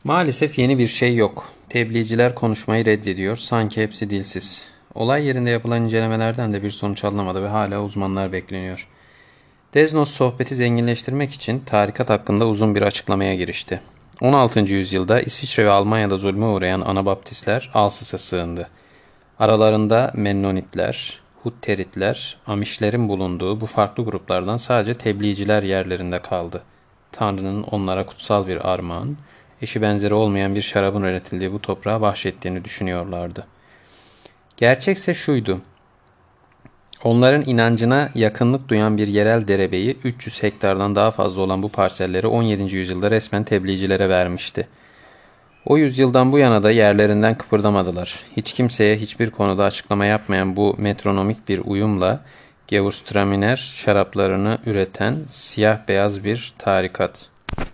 Maalesef yeni bir şey yok. Tebliğciler konuşmayı reddediyor. Sanki hepsi dilsiz. Olay yerinde yapılan incelemelerden de bir sonuç alınamadı ve hala uzmanlar bekleniyor. Desnos sohbeti zenginleştirmek için tarikat hakkında uzun bir açıklamaya girişti. 16. yüzyılda İsviçre ve Almanya'da zulme uğrayan Anabaptistler Alsas'a sığındı. Aralarında Mennonitler, Hutteritler, Amişlerin bulunduğu bu farklı gruplardan sadece tebliğciler yerlerinde kaldı. Tanrı'nın onlara kutsal bir armağan, eşi benzeri olmayan bir şarabın üretildiği bu toprağa bahşettiğini düşünüyorlardı. Gerçekse şuydu: onların inancına yakınlık duyan bir yerel derebeyi 300 hektardan daha fazla olan bu parselleri 17. yüzyılda resmen tebliğcilere vermişti. O yüzyıldan bu yana da yerlerinden kıpırdamadılar. Hiç kimseye hiçbir konuda açıklama yapmayan bu metronomik bir uyumla Gewürztraminer şaraplarını üreten siyah beyaz bir tarikat.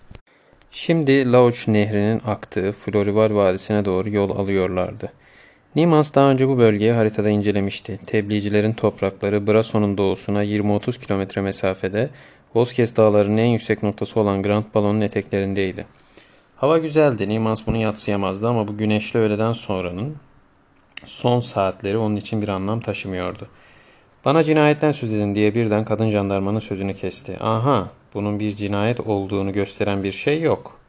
Şimdi Lauch Nehri'nin aktığı Florival Vadisi'ne doğru yol alıyorlardı. Niemans daha önce bu bölgeyi haritada incelemişti. Tebliğcilerin toprakları Brasson'un doğusuna 20-30 kilometre mesafede Vosges dağlarının en yüksek noktası olan Grand Ballon'un eteklerindeydi. Hava güzeldi. Niemans bunu yadsıyamazdı ama bu güneşli öğleden sonranın son saatleri onun için bir anlam taşımıyordu. Bana cinayetten söz edin diye birden kadın jandarmanın sözünü kesti. Aha, bunun bir cinayet olduğunu gösteren bir şey yok.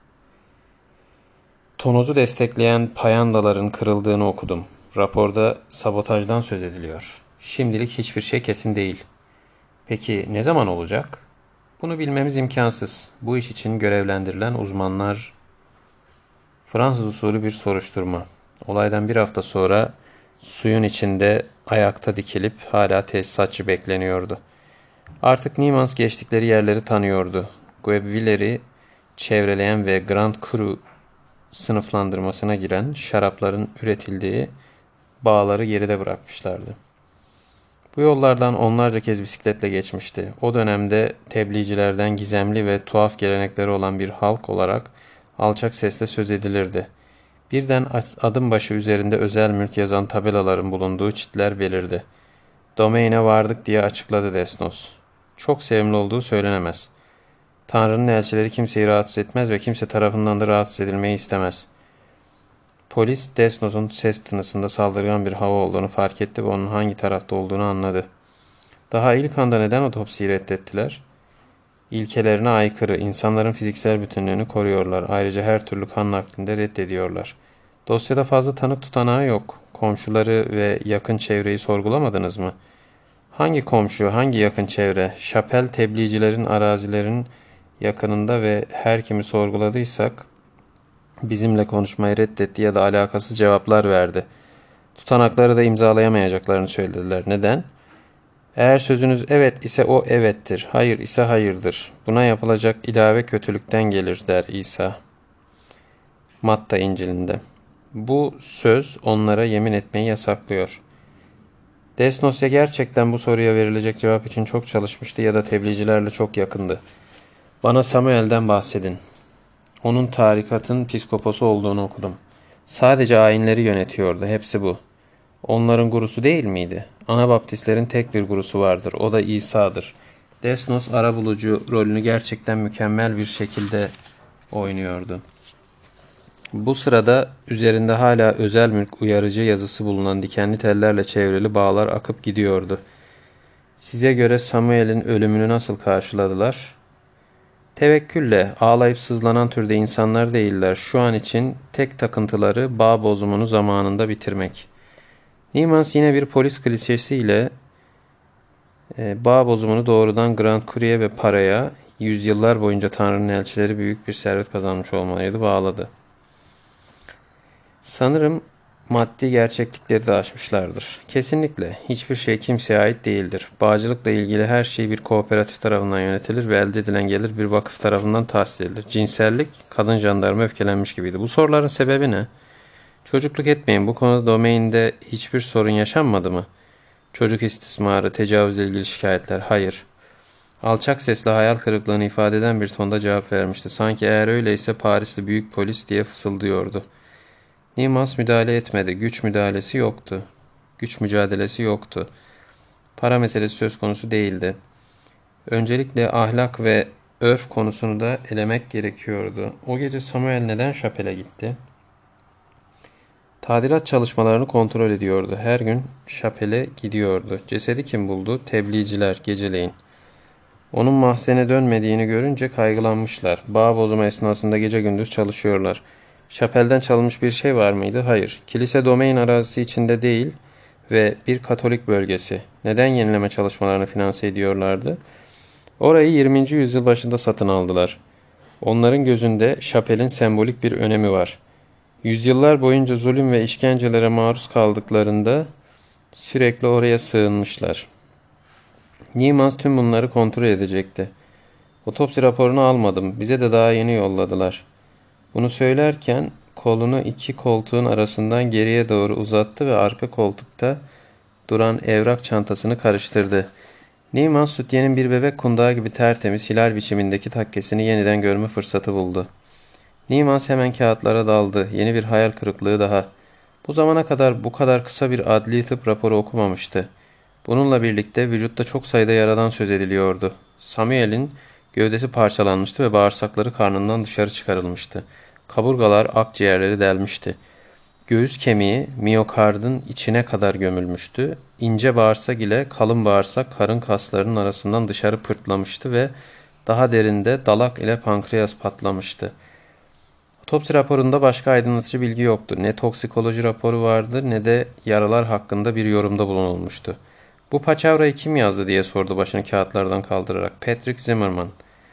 Tonozu destekleyen payandaların kırıldığını okudum. Raporda sabotajdan söz ediliyor. Şimdilik hiçbir şey kesin değil. Peki ne zaman olacak? Bunu bilmemiz imkansız. Bu iş için görevlendirilen uzmanlar Fransız usulü bir soruşturma. Olaydan bir hafta sonra suyun içinde ayakta dikilip hala tesisatçı bekleniyordu. Artık Niemans geçtikleri yerleri tanıyordu. Guebwiller'i çevreleyen ve Grand Cru sınıflandırmasına giren şarapların üretildiği bağları geride bırakmışlardı. Bu yollardan onlarca kez bisikletle geçmişti. O dönemde tebliğcilerden gizemli ve tuhaf gelenekleri olan bir halk olarak alçak sesle söz edilirdi. Birden adım başı üzerinde özel mülk yazan tabelaların bulunduğu çitler belirdi. Domain'e vardık diye açıkladı Desnos. Çok sevimli olduğu söylenemez. Tanrı'nın elçileri kimseyi rahatsız etmez ve kimse tarafından da rahatsız edilmeyi istemez. Polis Desnos'un ses tınısında saldırgan bir hava olduğunu fark etti ve onun hangi tarafta olduğunu anladı. Daha ilk anda neden otopsiyi reddettiler? İlkelerine aykırı, insanların fiziksel bütünlüğünü koruyorlar. Ayrıca her türlü kan naklini de reddediyorlar. Dosyada fazla tanık tutanağı yok. Komşuları ve yakın çevreyi sorgulamadınız mı? Hangi komşu, hangi yakın çevre? Şapel tebliğcilerin arazilerin yakınında ve her kimi sorguladıysak bizimle konuşmayı reddetti ya da alakasız cevaplar verdi. Tutanakları da imzalayamayacaklarını söylediler. Neden? Eğer sözünüz evet ise o evettir, hayır ise hayırdır. Buna yapılacak ilave kötülükten gelir der İsa. Matta İncil'inde. Bu söz onlara yemin etmeyi yasaklıyor. Desnosya gerçekten bu soruya verilecek cevap için çok çalışmıştı ya da tebliğcilerle çok yakındı. Bana Samuel'den bahsedin. Onun tarikatın piskoposu olduğunu okudum. Sadece ayinleri yönetiyordu, hepsi bu. Onların gurusu değil miydi? Anabaptistlerin tek bir gurusu vardır, o da İsa'dır. Desnos arabulucu rolünü gerçekten mükemmel bir şekilde oynuyordu. Bu sırada üzerinde hala özel mülk uyarıcı yazısı bulunan dikenli tellerle çevrili bağlar akıp gidiyordu. Size göre Samuel'in ölümünü nasıl karşıladılar? Tevekkülle, ağlayıp sızlanan türde insanlar değiller. Şu an için tek takıntıları bağ bozumunu zamanında bitirmek. Niemans yine bir polis klişesiyle bağ bozumunu doğrudan Grand Cru'ya ve paraya, yüzyıllar boyunca Tanrı'nın elçileri büyük bir servet kazanmış olmalıydı, bağladı. Sanırım maddi gerçeklikleri de aşmışlardır. Kesinlikle hiçbir şey kimseye ait değildir. Bağcılıkla ilgili her şey bir kooperatif tarafından yönetilir ve elde edilen gelir bir vakıf tarafından tahsis edilir. Cinsellik, kadın jandarma öfkelenmiş gibiydi. Bu soruların sebebi ne? Çocukluk etmeyin, bu konuda domainde hiçbir sorun yaşanmadı mı? Çocuk istismarı, tecavüzle ilgili şikayetler, hayır. Alçak sesle hayal kırıklığını ifade eden bir tonda cevap vermişti. Sanki eğer öyleyse Parisli büyük polis diye fısıldıyordu. Niemans müdahale etmedi. Güç müdahalesi yoktu. Güç mücadelesi yoktu. Para meselesi söz konusu değildi. Öncelikle ahlak ve örf konusunu da elemek gerekiyordu. O gece Samuel neden şapele gitti? Tadilat çalışmalarını kontrol ediyordu. Her gün şapele gidiyordu. Cesedi kim buldu? Tebliğciler geceleyin. Onun mahzene dönmediğini görünce kaygılanmışlar. Bağ bozumu esnasında gece gündüz çalışıyorlar. Şapelden çalınmış bir şey var mıydı? Hayır. Kilise domain arazisi içinde değil ve bir Katolik bölgesi. Neden yenileme çalışmalarını finanse ediyorlardı? Orayı 20. yüzyıl başında satın aldılar. Onların gözünde şapelin sembolik bir önemi var. Yüzyıllar boyunca zulüm ve işkencelere maruz kaldıklarında sürekli oraya sığınmışlar. Niemans tüm bunları kontrol edecekti. Otopsi raporunu almadım. Bize de daha yeni yolladılar. Bunu söylerken kolunu iki koltuğun arasından geriye doğru uzattı ve arka koltukta duran evrak çantasını karıştırdı. Niemans sütyenin bir bebek kundağı gibi tertemiz hilal biçimindeki takkesini yeniden görme fırsatı buldu. Niemans hemen kağıtlara daldı. Yeni bir hayal kırıklığı daha. Bu zamana kadar bu kadar kısa bir adli tıp raporu okumamıştı. Bununla birlikte vücutta çok sayıda yaradan söz ediliyordu. Samuel'in gövdesi parçalanmıştı ve bağırsakları karnından dışarı çıkarılmıştı. Kaburgalar akciğerleri delmişti. Göğüs kemiği miyokardın içine kadar gömülmüştü. İnce bağırsak ile kalın bağırsak karın kaslarının arasından dışarı pırtlamıştı ve daha derinde dalak ile pankreas patlamıştı. Otopsi raporunda başka aydınlatıcı bilgi yoktu. Ne toksikoloji raporu vardı ne de yaralar hakkında bir yorumda bulunulmuştu. "Bu paçavrayı kim yazdı?" diye sordu başını kağıtlardan kaldırarak. "Patrick Zimmerman."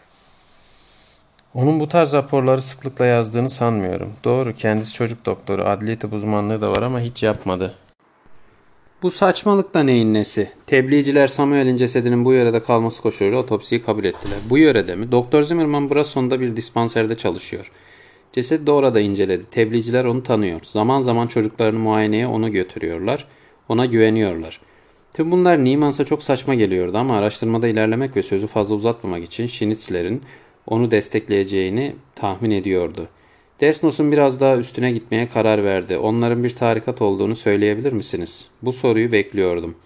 Onun bu tarz raporları sıklıkla yazdığını sanmıyorum. Doğru, kendisi çocuk doktoru, adli tıp uzmanlığı da var ama hiç yapmadı. Bu saçmalık da neyin nesi? Tebliğciler Samuel'in cesedinin bu yörede kalması koşuluyla otopsiyi kabul ettiler. Bu yörede mi? Doktor Zimmerman Brasson'da bir dispanserde çalışıyor. Cesedi de orada inceledi. Tebliğciler onu tanıyor. Zaman zaman çocuklarını muayeneye onu götürüyorlar. Ona güveniyorlar. Tüm bunlar Niemans'a çok saçma geliyordu ama araştırmada ilerlemek ve sözü fazla uzatmamak için Schnitzler'in onu destekleyeceğini tahmin ediyordu. Desnos'un biraz daha üstüne gitmeye karar verdi. "Onların bir tarikat olduğunu söyleyebilir misiniz?" Bu soruyu bekliyordum.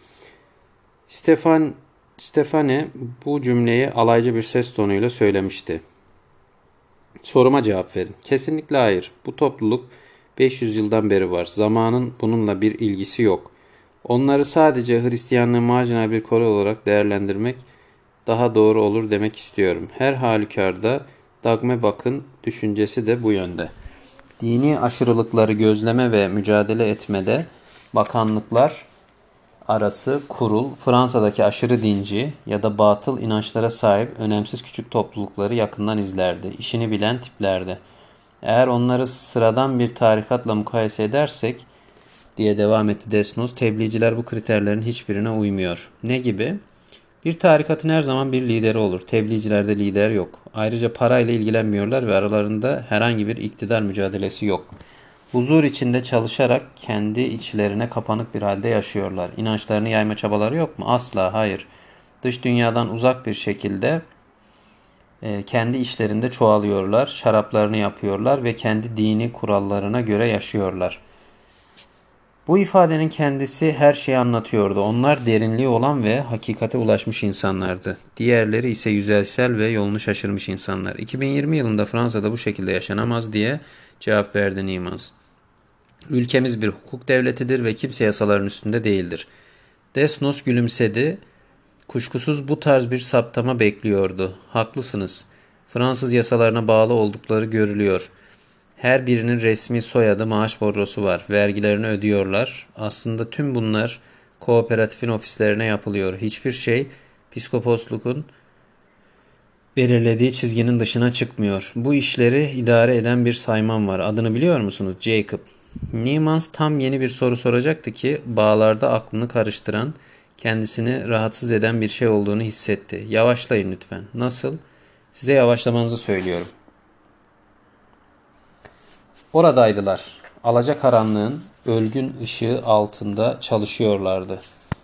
Stefane bu cümleyi alaycı bir ses tonuyla söylemişti. "Soruma cevap verin." "Kesinlikle hayır. Bu topluluk 500 yıldan beri var. Zamanın bununla bir ilgisi yok. Onları sadece Hristiyanlığın marjinal bir konu olarak değerlendirmek daha doğru olur demek istiyorum. Her halükarda Dagme Bak'ın düşüncesi de bu yönde. Dini aşırılıkları gözleme ve mücadele etmede bakanlıklar arası kurul, Fransa'daki aşırı dinci ya da batıl inançlara sahip önemsiz küçük toplulukları yakından izlerdi. İşini bilen tiplerdi. Eğer onları sıradan bir tarikatla mukayese edersek, diye devam etti Desnos, tebliğciler bu kriterlerin hiçbirine uymuyor. Ne gibi? Bir tarikatın her zaman bir lideri olur. Tebliğcilerde lider yok. Ayrıca parayla ilgilenmiyorlar ve aralarında herhangi bir iktidar mücadelesi yok. Huzur içinde çalışarak kendi içlerine kapanık bir halde yaşıyorlar. İnançlarını yayma çabaları yok mu? Asla hayır. Dış dünyadan uzak bir şekilde kendi işlerinde çoğalıyorlar, şaraplarını yapıyorlar ve kendi dini kurallarına göre yaşıyorlar. Bu ifadenin kendisi her şeyi anlatıyordu. Onlar derinliği olan ve hakikate ulaşmış insanlardı. Diğerleri ise yüzeysel ve yolunu şaşırmış insanlar. 2020 yılında Fransa'da bu şekilde yaşanamaz diye cevap verdi Niemans. Ülkemiz bir hukuk devletidir ve kimse yasaların üstünde değildir. Desnos gülümsedi. Kuşkusuz bu tarz bir saptama bekliyordu. Haklısınız. Fransız yasalarına bağlı oldukları görülüyor. Her birinin resmi soyadı, maaş bordrosu var. Vergilerini ödüyorlar. Aslında tüm bunlar kooperatifin ofislerine yapılıyor. Hiçbir şey psikoposlukun belirlediği çizginin dışına çıkmıyor. Bu işleri idare eden bir sayman var. Adını biliyor musunuz? Jacob. Niemans tam yeni bir soru soracaktı ki bağlarda aklını karıştıran, kendisini rahatsız eden bir şey olduğunu hissetti. "Yavaşlayın lütfen." "Nasıl?" "Size yavaşlamanızı söylüyorum." Oradaydılar. Alacakaranlığın ölgün ışığı altında çalışıyorlardı.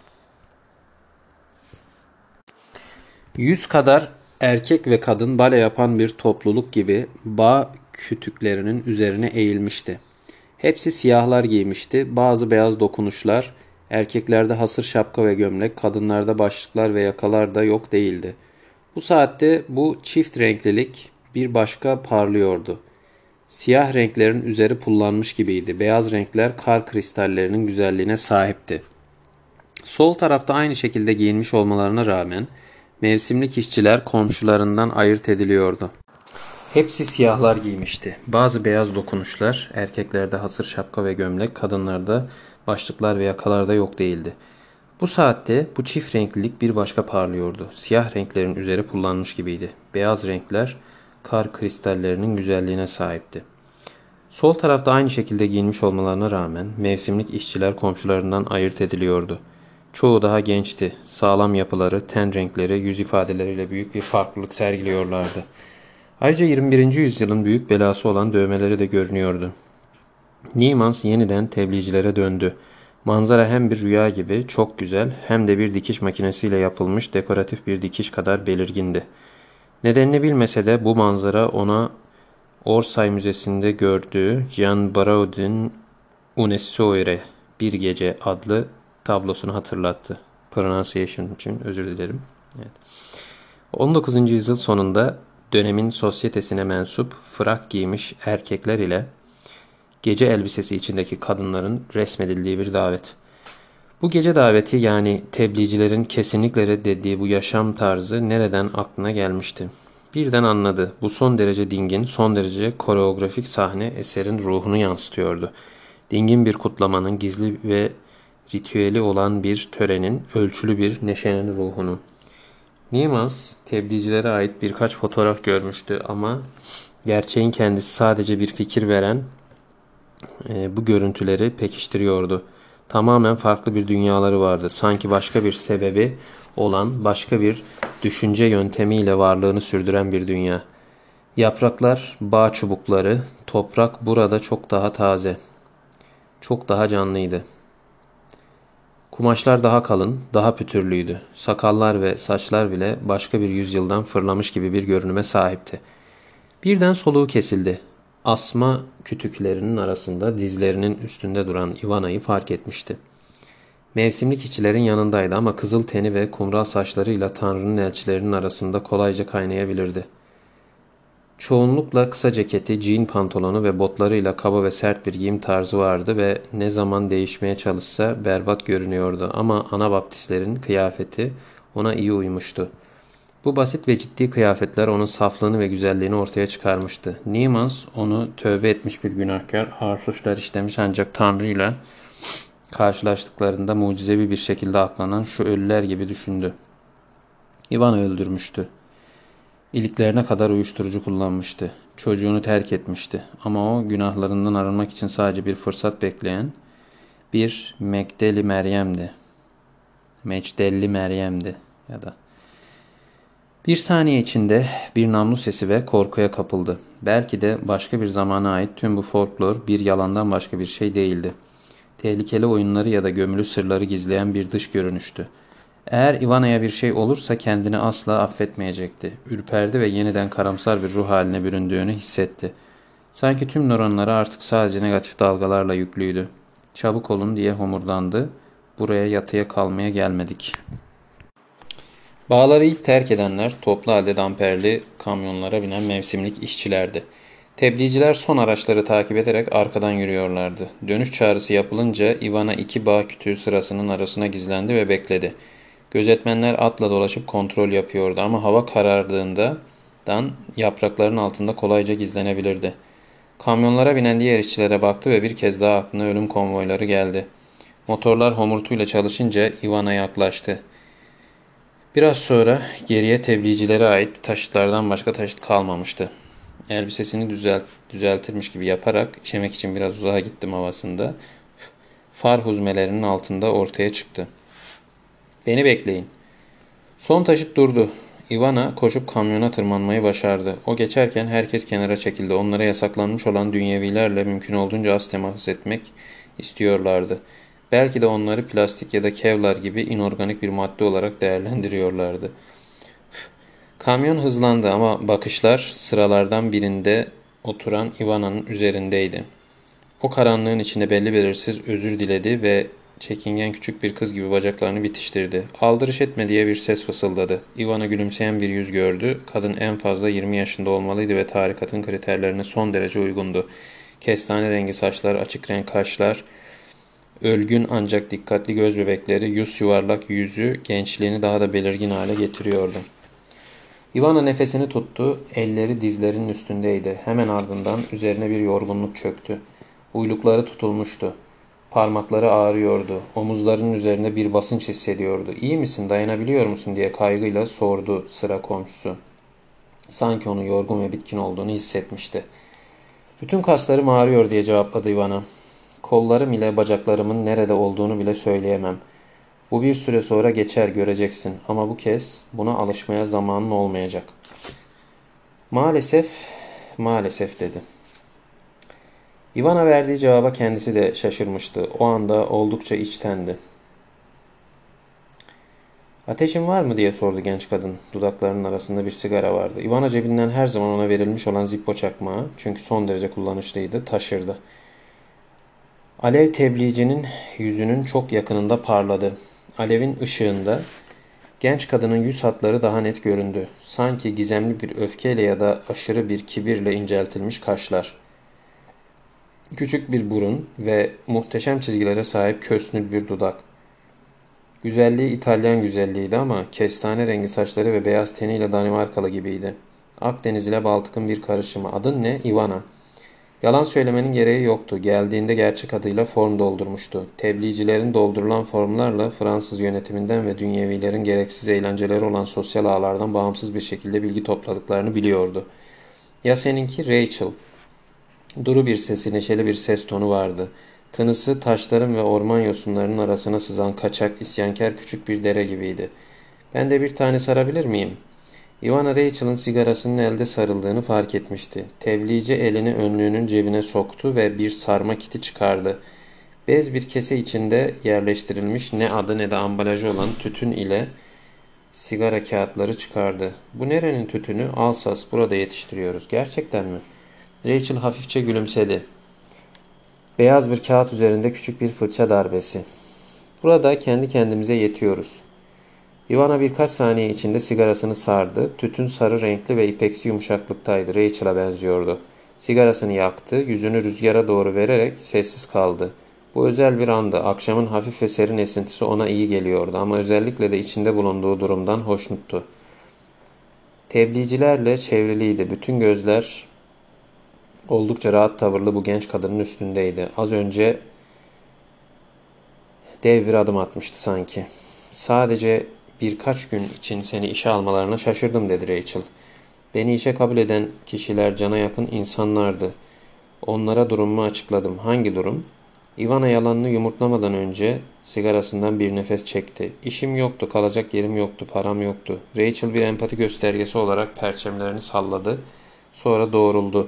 100 kadar erkek ve kadın bale yapan bir topluluk gibi bağ kütüklerinin üzerine eğilmişti. Hepsi siyahlar giymişti. Bazı beyaz dokunuşlar, erkeklerde hasır şapka ve gömlek, kadınlarda başlıklar ve yakalar da yok değildi. Bu saatte bu çift renklilik bir başka parlıyordu. Siyah renklerin üzeri pullanmış gibiydi. Beyaz renkler kar kristallerinin güzelliğine sahipti. Sol tarafta aynı şekilde giyinmiş olmalarına rağmen mevsimlik işçiler komşularından ayırt ediliyordu. Hepsi siyahlar giymişti. Bazı beyaz dokunuşlar, erkeklerde hasır şapka ve gömlek, kadınlarda başlıklar ve yakalarda yok değildi. Bu saatte bu çift renklilik bir başka parlıyordu. Siyah renklerin üzeri pullanmış gibiydi. Beyaz renkler kar kristallerinin güzelliğine sahipti. Sol tarafta aynı şekilde giyinmiş olmalarına rağmen mevsimlik işçiler komşularından ayırt ediliyordu. Çoğu daha gençti. Sağlam yapıları, ten renkleri, yüz ifadeleriyle büyük bir farklılık sergiliyorlardı. Ayrıca 21. yüzyılın büyük belası olan dövmeleri de görünüyordu. Niemans yeniden tebliğcilere döndü. Manzara hem bir rüya gibi çok güzel hem de bir dikiş makinesiyle yapılmış dekoratif bir dikiş kadar belirgindi. Nedenini bilmese de bu manzara ona Orsay Müzesi'nde gördüğü Jean Baraud'un Une soirée, Bir Gece adlı tablosunu hatırlattı. Pronunciation için özür dilerim. Evet. 19. yüzyıl sonunda dönemin sosyetesine mensup frak giymiş erkekler ile gece elbisesi içindeki kadınların resmedildiği bir davet. Bu gece daveti yani tebliğcilerin kesinlikle reddettiği bu yaşam tarzı nereden aklına gelmişti? Birden anladı. Bu son derece dingin, son derece koreografik sahne eserin ruhunu yansıtıyordu. Dingin bir kutlamanın, gizli ve ritüeli olan bir törenin, ölçülü bir neşenin ruhunu. Niemans, tebliğcilere ait birkaç fotoğraf görmüştü ama gerçeğin kendisi sadece bir fikir veren bu görüntüleri pekiştiriyordu. Tamamen farklı bir dünyaları vardı. Sanki başka bir sebebi olan, başka bir düşünce yöntemiyle varlığını sürdüren bir dünya. Yapraklar, bağ çubukları, toprak burada çok daha taze, çok daha canlıydı. Kumaşlar daha kalın, daha pütürlüydü. Sakallar ve saçlar bile başka bir yüzyıldan fırlamış gibi bir görünüme sahipti. Birden soluğu kesildi. Asma kütüklerinin arasında dizlerinin üstünde duran Ivana'yı fark etmişti. Mevsimlik işçilerin yanındaydı ama kızıl teni ve kumral saçlarıyla Tanrı'nın elçilerinin arasında kolayca kaynayabilirdi. Çoğunlukla kısa ceketi, jean pantolonu ve botlarıyla kaba ve sert bir giyim tarzı vardı ve ne zaman değişmeye çalışsa berbat görünüyordu ama Anabaptistlerin kıyafeti ona iyi uymuştu. Bu basit ve ciddi kıyafetler onun saflığını ve güzelliğini ortaya çıkarmıştı. Niemans onu tövbe etmiş bir günahkar, ağır suçlar işlemiş ancak Tanrı ile karşılaştıklarında mucizevi bir şekilde aklanan şu ölüler gibi düşündü. Ivan'ı öldürmüştü. İliklerine kadar uyuşturucu kullanmıştı. Çocuğunu terk etmişti. Ama o günahlarından arınmak için sadece bir fırsat bekleyen bir Mecdelli Meryem'di ya da. Bir saniye içinde bir namlu sesi ve korkuya kapıldı. Belki de başka bir zamana ait tüm bu folklor bir yalandan başka bir şey değildi. Tehlikeli oyunları ya da gömülü sırları gizleyen bir dış görünüştü. Eğer Ivana'ya bir şey olursa kendini asla affetmeyecekti. Ürperdi ve yeniden karamsar bir ruh haline büründüğünü hissetti. Sanki tüm nöronları artık sadece negatif dalgalarla yüklüydü. Çabuk olun diye homurdandı. Buraya yatıya kalmaya gelmedik. Bağları ilk terk edenler toplu halde damperli kamyonlara binen mevsimlik işçilerdi. Tebliğciler son araçları takip ederek arkadan yürüyorlardı. Dönüş çağrısı yapılınca Ivana iki bağ kütüğü sırasının arasına gizlendi ve bekledi. Gözetmenler atla dolaşıp kontrol yapıyordu ama hava karardığından yaprakların altında kolayca gizlenebilirdi. Kamyonlara binen diğer işçilere baktı ve bir kez daha aklına ölüm konvoyları geldi. Motorlar homurtuyla çalışınca Ivana yaklaştı. Biraz sonra geriye tebliğcilere ait taşıtlardan başka taşıt kalmamıştı. Elbisesini düzeltirmiş gibi yaparak işemek için biraz uzağa gittim havasında. Far huzmelerinin altında ortaya çıktı. Beni bekleyin. Son taşıt durdu. Ivana koşup kamyona tırmanmayı başardı. O geçerken herkes kenara çekildi. Onlara yasaklanmış olan dünyevilerle mümkün olduğunca az temas etmek istiyorlardı. Belki de onları plastik ya da kevlar gibi inorganik bir madde olarak değerlendiriyorlardı. Kamyon hızlandı ama bakışlar sıralardan birinde oturan Ivana'nın üzerindeydi. O karanlığın içinde belli belirsiz özür diledi ve çekingen küçük bir kız gibi bacaklarını bitiştirdi. Aldırış etme diye bir ses fısıldadı. Ivana gülümseyen bir yüz gördü. Kadın en fazla 20 yaşında olmalıydı ve tarikatın kriterlerine son derece uygundu. Kestane rengi saçlar, açık renk kaşlar, ölgün ancak dikkatli göz bebekleri, yüz yuvarlak yüzü gençliğini daha da belirgin hale getiriyordu. Ivana nefesini tuttu, elleri dizlerinin üstündeydi. Hemen ardından üzerine bir yorgunluk çöktü. Uylukları tutulmuştu. Parmakları ağrıyordu. Omuzlarının üzerinde bir basınç hissediyordu. İyi misin, dayanabiliyor musun diye kaygıyla sordu sıra komşusu. Sanki onun yorgun ve bitkin olduğunu hissetmişti. Bütün kaslarım ağrıyor diye cevapladı Ivana. Kollarım ile bacaklarımın nerede olduğunu bile söyleyemem. Bu bir süre sonra geçer göreceksin ama bu kez buna alışmaya zamanın olmayacak. Maalesef, maalesef dedi. Ivana verdiği cevaba kendisi de şaşırmıştı. O anda oldukça içtendi. Ateşin var mı diye sordu genç kadın. Dudaklarının arasında bir sigara vardı. Ivana cebinden her zaman ona verilmiş olan Zippo çakmağı, çünkü son derece kullanışlıydı, taşırdı. Alev tebliğcinin yüzünün çok yakınında parladı. Alevin ışığında genç kadının yüz hatları daha net göründü. Sanki gizemli bir öfkeyle ya da aşırı bir kibirle inceltilmiş kaşlar. Küçük bir burun ve muhteşem çizgilere sahip kösnül bir dudak. Güzelliği İtalyan güzelliğiydi ama kestane rengi saçları ve beyaz teniyle Danimarkalı gibiydi. Akdeniz ile Baltık'ın bir karışımı. Adın ne? Ivana. Yalan söylemenin gereği yoktu. Geldiğinde gerçek adıyla form doldurmuştu. Tebliğcilerin doldurulan formlarla Fransız yönetiminden ve dünyevilerin gereksiz eğlenceleri olan sosyal ağlardan bağımsız bir şekilde bilgi topladıklarını biliyordu. Ya seninki? Rachel. Duru bir sesi, neşeli bir ses tonu vardı. Tınısı taşların ve orman yosunlarının arasına sızan kaçak, isyankar küçük bir dere gibiydi. Ben de bir tane sarabilir miyim? Ivana Rachel'ın sigarasının elde sarıldığını fark etmişti. Tebliğci elini önlüğünün cebine soktu ve bir sarma kiti çıkardı. Bez bir kese içinde yerleştirilmiş ne adı ne de ambalajı olan tütün ile sigara kağıtları çıkardı. Bu nerenin tütünü? Alsas, burada yetiştiriyoruz. Gerçekten mi? Rachel hafifçe gülümsedi. Beyaz bir kağıt üzerinde küçük bir fırça darbesi. Burada kendi kendimize yetiyoruz. Ivana birkaç saniye içinde sigarasını sardı. Tütün sarı renkli ve ipeksi yumuşaklıktaydı. Rachel'a benziyordu. Sigarasını yaktı, yüzünü rüzgara doğru vererek sessiz kaldı. Bu özel bir andı. Akşamın hafif ve serin esintisi ona iyi geliyordu ama özellikle de içinde bulunduğu durumdan hoşnuttu. Tebliğcilerle çevriliydi. Bütün gözler oldukça rahat tavırlı bu genç kadının üstündeydi. Az önce dev bir adım atmıştı sanki. Sadece birkaç gün için seni işe almalarına şaşırdım dedi Rachel. Beni işe kabul eden kişiler cana yakın insanlardı. Onlara durumumu açıkladım. Hangi durum? Ivana yalanını yumurtlamadan önce sigarasından bir nefes çekti. İşim yoktu, kalacak yerim yoktu, param yoktu. Rachel bir empati göstergesi olarak perçemlerini salladı. Sonra doğruldu.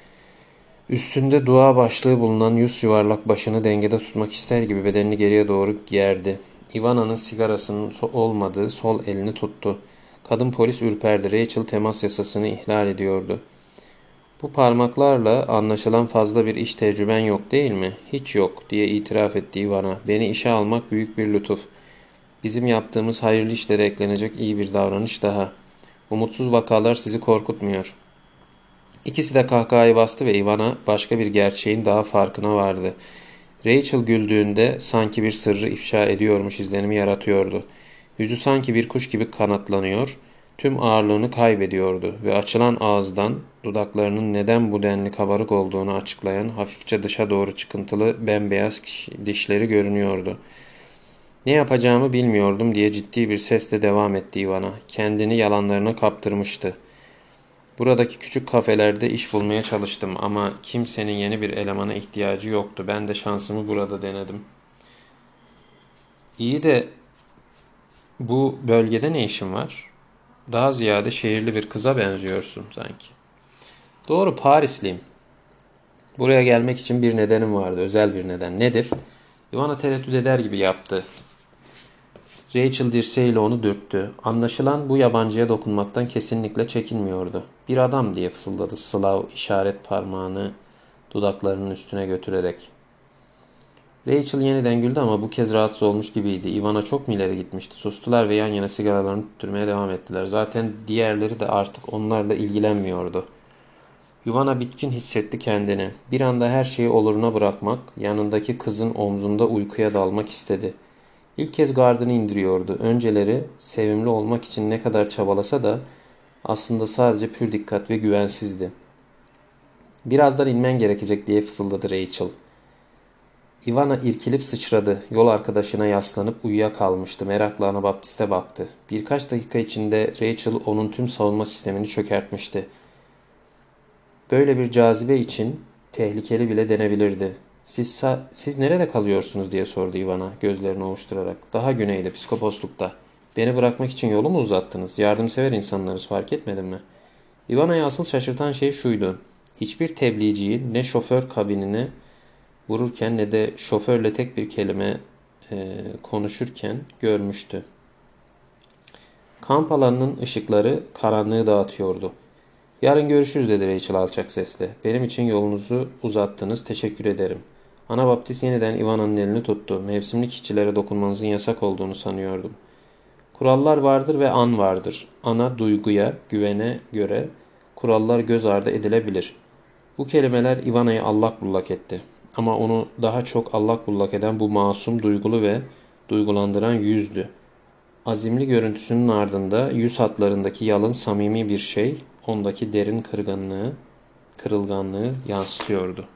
Üstünde dua başlığı bulunan yüz yuvarlak başını dengede tutmak ister gibi bedenini geriye doğru gerdi. Ivana'nın sigarasının olmadığı sol elini tuttu. Kadın polis ürperdi. Rachel temas yasasını ihlal ediyordu. Bu parmaklarla anlaşılan fazla bir iş tecrüben yok değil mi? Hiç yok diye itiraf etti Ivana. Beni işe almak büyük bir lütuf. Bizim yaptığımız hayırlı işlere eklenecek iyi bir davranış daha. Umutsuz vakalar sizi korkutmuyor. İkisi de kahkahayı bastı ve Ivana başka bir gerçeğin daha farkına vardı. Rachel güldüğünde sanki bir sırrı ifşa ediyormuş izlenimi yaratıyordu. Yüzü sanki bir kuş gibi kanatlanıyor, tüm ağırlığını kaybediyordu ve açılan ağızdan dudaklarının neden bu denli kabarık olduğunu açıklayan hafifçe dışa doğru çıkıntılı bembeyaz dişleri görünüyordu. Ne yapacağımı bilmiyordum diye ciddi bir sesle devam etti Ivana. Kendini yalanlarına kaptırmıştı. Buradaki küçük kafelerde iş bulmaya çalıştım ama kimsenin yeni bir elemana ihtiyacı yoktu. Ben de şansımı burada denedim. İyi de bu bölgede ne işin var? Daha ziyade şehirli bir kıza benziyorsun sanki. Doğru, Parisliyim. Buraya gelmek için bir nedenim vardı, özel bir neden. Nedir? Ivana tereddüt eder gibi yaptı. Rachel dirseğiyle onu dürttü. Anlaşılan bu yabancıya dokunmaktan kesinlikle çekinmiyordu. Bir adam diye fısıldadı Slav işaret parmağını dudaklarının üstüne götürerek. Rachel yeniden güldü ama bu kez rahatsız olmuş gibiydi. Ivana çok mu ileri gitmişti? Sustular ve yan yana sigaralarını tüttürmeye devam ettiler. Zaten diğerleri de artık onlarla ilgilenmiyordu. Ivana bitkin hissetti kendini. Bir anda her şeyi oluruna bırakmak, yanındaki kızın omzunda uykuya dalmak istedi. İlk kez gardını indiriyordu. Önceleri sevimli olmak için ne kadar çabalasa da aslında sadece pür dikkat ve güvensizdi. Birazdan inmen gerekecek diye fısıldadı Rachel. Ivana irkilip sıçradı. Yol arkadaşına yaslanıp uyuyakalmıştı. Merakla Anabaptist'e baktı. Birkaç dakika içinde Rachel onun tüm savunma sistemini çökertmişti. Böyle bir cazibe için tehlikeli bile denebilirdi. Siz nerede kalıyorsunuz diye sordu Ivana gözlerini ovuşturarak. Daha güneyde, psikoposlukta. Beni bırakmak için yolu mu uzattınız? Yardımsever insanlarız fark etmedin mi? Ivana'yı asıl şaşırtan şey şuydu. Hiçbir tebliğciyi ne şoför kabinine vururken ne de şoförle tek bir kelime konuşurken görmüştü. Kamp alanının ışıkları karanlığı dağıtıyordu. Yarın görüşürüz dedi Rachel alçak sesle. Benim için yolunuzu uzattınız. Teşekkür ederim. Anabaptist yeniden Ivana'nın elini tuttu. Mevsimlik işçilere dokunmanızın yasak olduğunu sanıyordum. Kurallar vardır ve an vardır. Ana duyguya, güvene göre kurallar göz ardı edilebilir. Bu kelimeler Ivana'yı allak bullak etti. Ama onu daha çok allak bullak eden bu masum, duygulu ve duygulandıran yüzdü. Azimli görüntüsünün ardında yüz hatlarındaki yalın, samimi bir şey, ondaki derin kırılganlığı yansıtıyordu.